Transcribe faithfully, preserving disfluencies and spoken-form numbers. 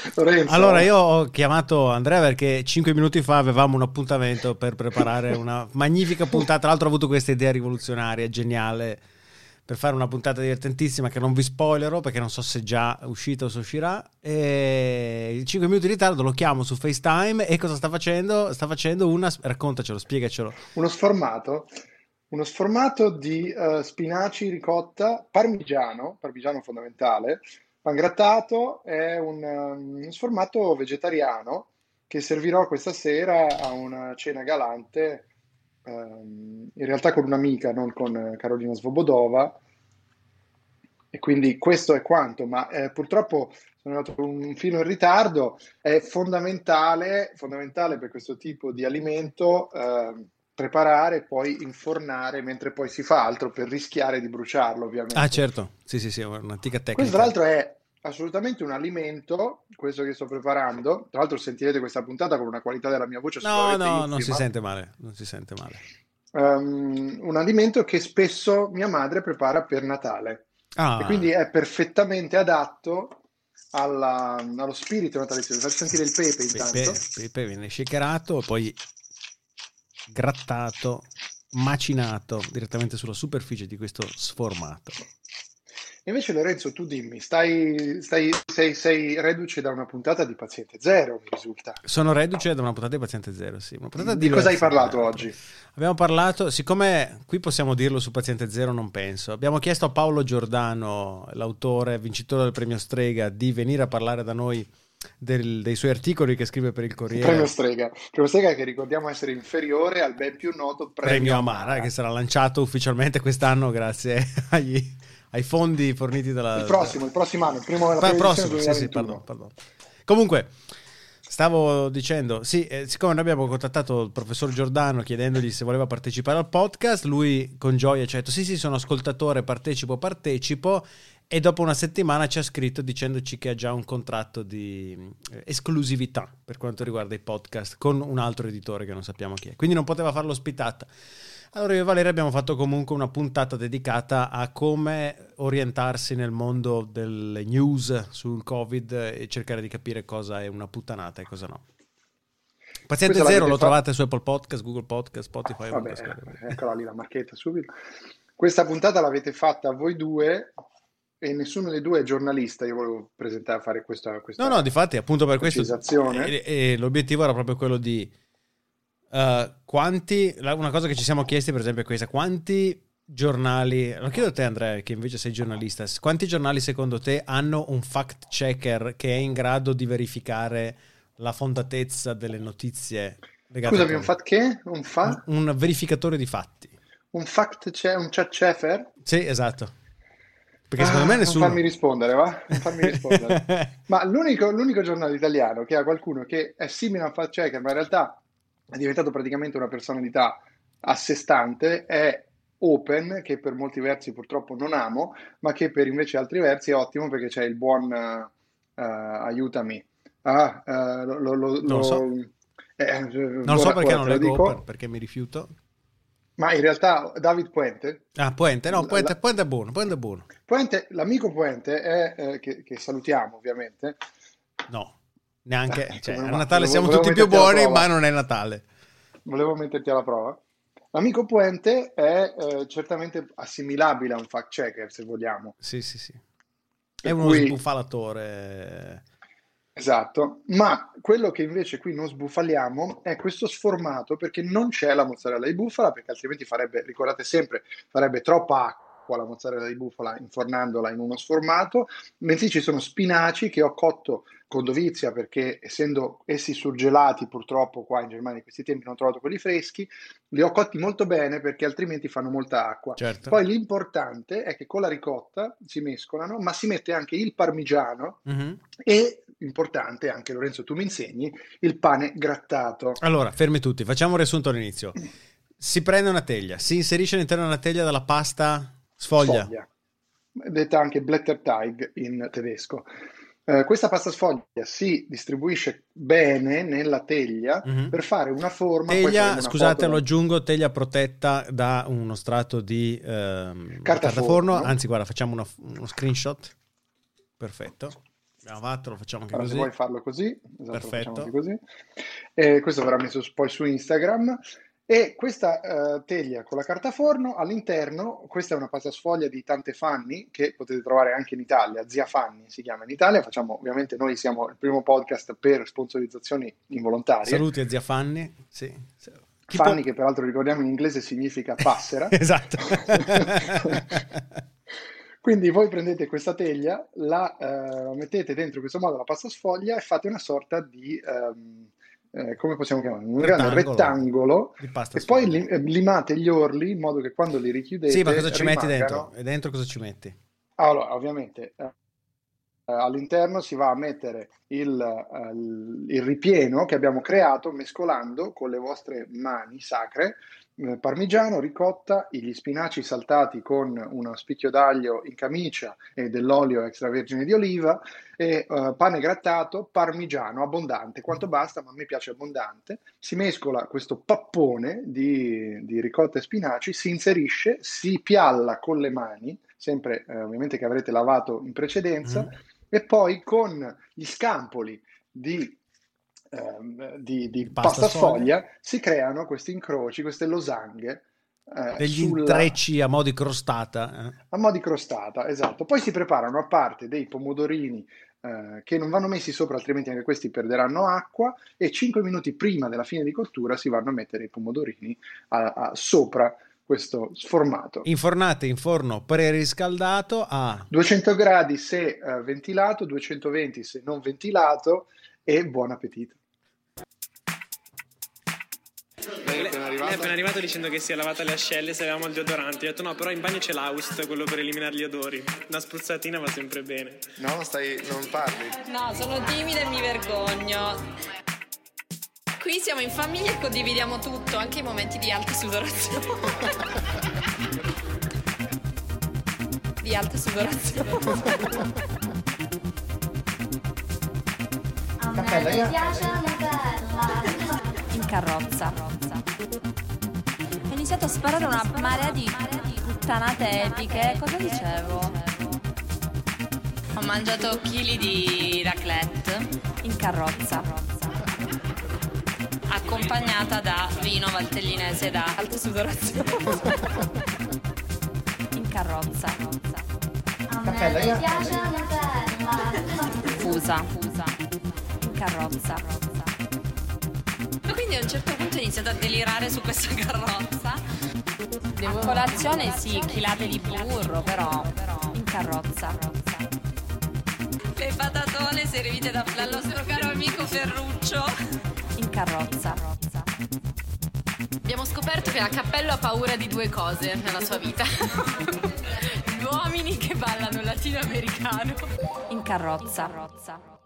Lorenzo. Allora, io ho chiamato Andrea perché cinque minuti fa avevamo un appuntamento per preparare una magnifica puntata. Tra l'altro ho avuto questa idea rivoluzionaria, geniale, per fare una puntata divertentissima che non vi spoilerò perché non so se è già uscita o se uscirà. E cinque minuti di ritardo, lo chiamo su FaceTime e cosa sta facendo? Sta facendo una... Raccontacelo, spiegacelo. Uno sformato, uno sformato di eh, spinaci, ricotta, parmigiano, parmigiano fondamentale, pangrattato, è un, um, uno sformato vegetariano che servirò questa sera a una cena galante, ehm, in realtà con un'amica, non con eh, Carolina Svobodova, e quindi questo è quanto, ma eh, purtroppo sono arrivato un filo in ritardo. È fondamentale, fondamentale per questo tipo di alimento eh, preparare e poi infornare mentre poi si fa altro per rischiare di bruciarlo, Ah, ovviamente. certo, sì, sì, sì, è un'antica Questo tra tecnica. l'altro è assolutamente un alimento, questo che sto preparando. Tra l'altro sentirete questa puntata con una qualità della mia voce No, assolutamente no, non si infima. sente male, non si sente male. Ehm, un alimento che spesso mia madre prepara per Natale e quindi Ah, è perfettamente adatto alla- allo spirito natalizio. Vi faccio sentire il pepe intanto. pepe, pepe viene shakerato, poi grattato, macinato direttamente sulla superficie di questo sformato. E invece Lorenzo, tu dimmi, stai, stai- sei, sei reduce da una puntata di Paziente Zero, mi risulta. Sono reduce da una puntata di Paziente Zero, sì, una puntata Di cosa hai diversa tra le parlato altre. oggi? Abbiamo parlato, siccome qui possiamo dirlo su Paziente Zero, non penso, abbiamo chiesto a Paolo Giordano, l'autore, vincitore del premio Strega, di venire a parlare da noi del- dei suoi articoli che scrive per il Il premio Corriere. Strega. Premio Strega che ricordiamo essere inferiore al ben più noto Premio premio Amara, che Amara. sarà lanciato ufficialmente quest'anno grazie agli, ai fondi forniti Il dalla... da- prossimo, il prossimo anno, il primo, la Pa- prima edizione prossimo, sì, sì, pardon, duemilaventuno. pardon. Comunque, stavo dicendo, sì, eh, siccome noi abbiamo contattato il professor Giordano chiedendogli se voleva partecipare al podcast, lui con gioia ci ha detto sì, sì, sono ascoltatore, partecipo, partecipo, e dopo una settimana ci ha scritto dicendoci che ha già un contratto di eh, esclusività per quanto riguarda i podcast con un altro editore che non sappiamo chi è, quindi non poteva fare l'ospitata. Allora io e Valeria abbiamo fatto comunque una puntata dedicata a come orientarsi nel mondo delle news sul Covid e cercare di capire cosa è una puttanata e cosa no. Paziente Questa Zero l'avete lo fatta. trovate su Apple Podcast, Google Podcast, Spotify, ovunque Vabbè, scaricate. eccola lì la marchetta subito. Questa puntata l'avete fatta voi due e nessuno dei due è giornalista. Io volevo presentare a fare questa, No, no, questa difatti appunto per questo precisazione. e, e l'obiettivo era proprio quello di uh, quanti, la- una cosa che ci siamo chiesti per esempio è questa, quanti giornali, lo chiedo a te Andrea che invece sei giornalista, quanti giornali secondo te hanno un fact checker che è in grado di verificare la fondatezza delle notizie legate al Scusami, un Covid? fat che? Un Un, fa? un verificatore di fatti. Un fact c'è? Un chat checker? Sì, esatto. Perché secondo me Ah, non farmi nessuno. rispondere, va? Non farmi rispondere. Ma l'unico l'unico giornale italiano che ha qualcuno che è simile a un fact checker, ma in realtà è diventato praticamente una personalità a sé stante, è Open, che per molti versi purtroppo non amo, ma che per invece altri versi è ottimo perché c'è il buon eh, eh, aiutami. Ah, eh, lo, lo- lo- Non lo so. lo- eh, Non lo so ora, perché ora non te lo leggo Open, dico, perché mi rifiuto. ma in realtà David Puente, Ah, Puente, no, la- Puente, la- Puente è buono, Puente è buono. Puente, l'amico Puente è, eh, che, che salutiamo ovviamente. No, neanche, Ecco, cioè, meno a male, Natale volevo, siamo volevo tutti più metterti alla buoni, ma prova, non è Natale. volevo metterti alla prova. L'amico Puente è eh, certamente assimilabile a un fact checker, se vogliamo. Sì, sì, sì. È Per uno cui, sbuffalatore. esatto, ma quello che invece qui non sbufaliamo è questo sformato perché non c'è la mozzarella di bufala, perché altrimenti farebbe, ricordate sempre, farebbe troppa acqua la mozzarella di bufala infornandola in uno sformato, bensì ci sono spinaci che ho cotto con dovizia perché essendo essi surgelati purtroppo qua in Germania in questi tempi non ho trovato quelli freschi, li ho cotti molto bene perché altrimenti fanno molta acqua. Certo. Poi l'importante è che con la ricotta si mescolano, ma si mette anche il parmigiano Mhm. e, importante, anche Lorenzo tu mi insegni, il pane grattato. Allora, fermi tutti, facciamo un riassunto all'inizio. Si prende una teglia, si inserisce all'interno della teglia della pasta sfoglia. Sfoglia, detta anche Blätterteig in tedesco. Eh, questa pasta sfoglia si distribuisce bene nella teglia Mhm. per fare una forma, poi Teglia, faremo una scusate, foto lo da aggiungo, teglia protetta da uno strato di ehm, carta carta forno. forno. Anzi, guarda, facciamo uno, uno screenshot. Perfetto. Abbiamo fatto, lo facciamo anche Allora, così. se vuoi farlo così, esatto, Perfetto. lo facciamo anche così. E questo verrà messo poi su Instagram. E questa eh, teglia con la carta forno all'interno, questa è una pasta sfoglia di Tante Fanni che potete trovare anche in Italia, Zia Fanni si chiama in Italia. Facciamo, ovviamente noi siamo il primo podcast per sponsorizzazioni involontarie. Saluti a Zia Fanni. Sì. Chi Fanni, può... che peraltro ricordiamo in inglese significa passera. Esatto. Quindi voi prendete questa teglia, la uh, mettete dentro in questo modo la pasta sfoglia e fate una sorta di... Um, Eh, come possiamo chiamarlo? Un grande rettangolo di pasta e sfoglia. Poi li, eh, limate gli orli in modo che quando li richiudete sì, ma cosa ci rimangano... metti dentro? E dentro cosa ci metti? Allora, ovviamente eh, all'interno si va a mettere il, uh, il ripieno che abbiamo creato mescolando con le vostre mani sacre eh, parmigiano, ricotta, gli spinaci saltati con uno spicchio d'aglio in camicia e dell'olio extravergine di oliva e uh, pane grattato, parmigiano abbondante, quanto basta, ma a me piace abbondante. Si mescola questo pappone di, di ricotta e spinaci, si inserisce, si pialla con le mani, sempre eh, ovviamente che avrete lavato in precedenza, mm. e poi con gli scampoli di, ehm, di, di pasta, pasta sfoglia. sfoglia si creano questi incroci, queste losanghe. Eh, degli sulla... intrecci a mo' di crostata. Eh. A mo' di crostata, esatto. Poi si preparano a parte dei pomodorini eh, che non vanno messi sopra, altrimenti anche questi perderanno acqua, e cinque minuti prima della fine di cottura si vanno a mettere i pomodorini a, a, sopra questo sformato. Infornate in forno preriscaldato a duecento gradi se uh, ventilato, duecentoventi se non ventilato, e buon appetito. Lei è appena arrivato? Lei è appena arrivato dicendo che si è lavata le ascelle, se avevamo il deodorante. Io ho detto no, però in bagno c'è l'Aust, quello per eliminare gli odori. Una spruzzatina va sempre bene. No, stai, non parli. No, sono timida e mi vergogno. Qui siamo in famiglia e condividiamo tutto, anche i momenti di alta sudorazione. Di alta sudorazione. A me mi piace la bella. In carrozza. Ho iniziato a sparare una marea di puttanate epiche. Cosa dicevo? Ho mangiato chili di raclette. In carrozza. Accompagnata da vino valtellinese da alta sudorazione. In carrozza. A me mi piace la bella. Fusa. Fusa. In carrozza. E quindi a un certo punto ho iniziato a delirare su questa carrozza. Devo... A colazione sì, chilate di burro, però, però in carrozza. Le patatone servite da, dal nostro caro amico Ferruccio. In carrozza. Abbiamo scoperto che la Cappello ha paura di due cose nella sua vita. Gli uomini che ballano latinoamericano. In carrozza.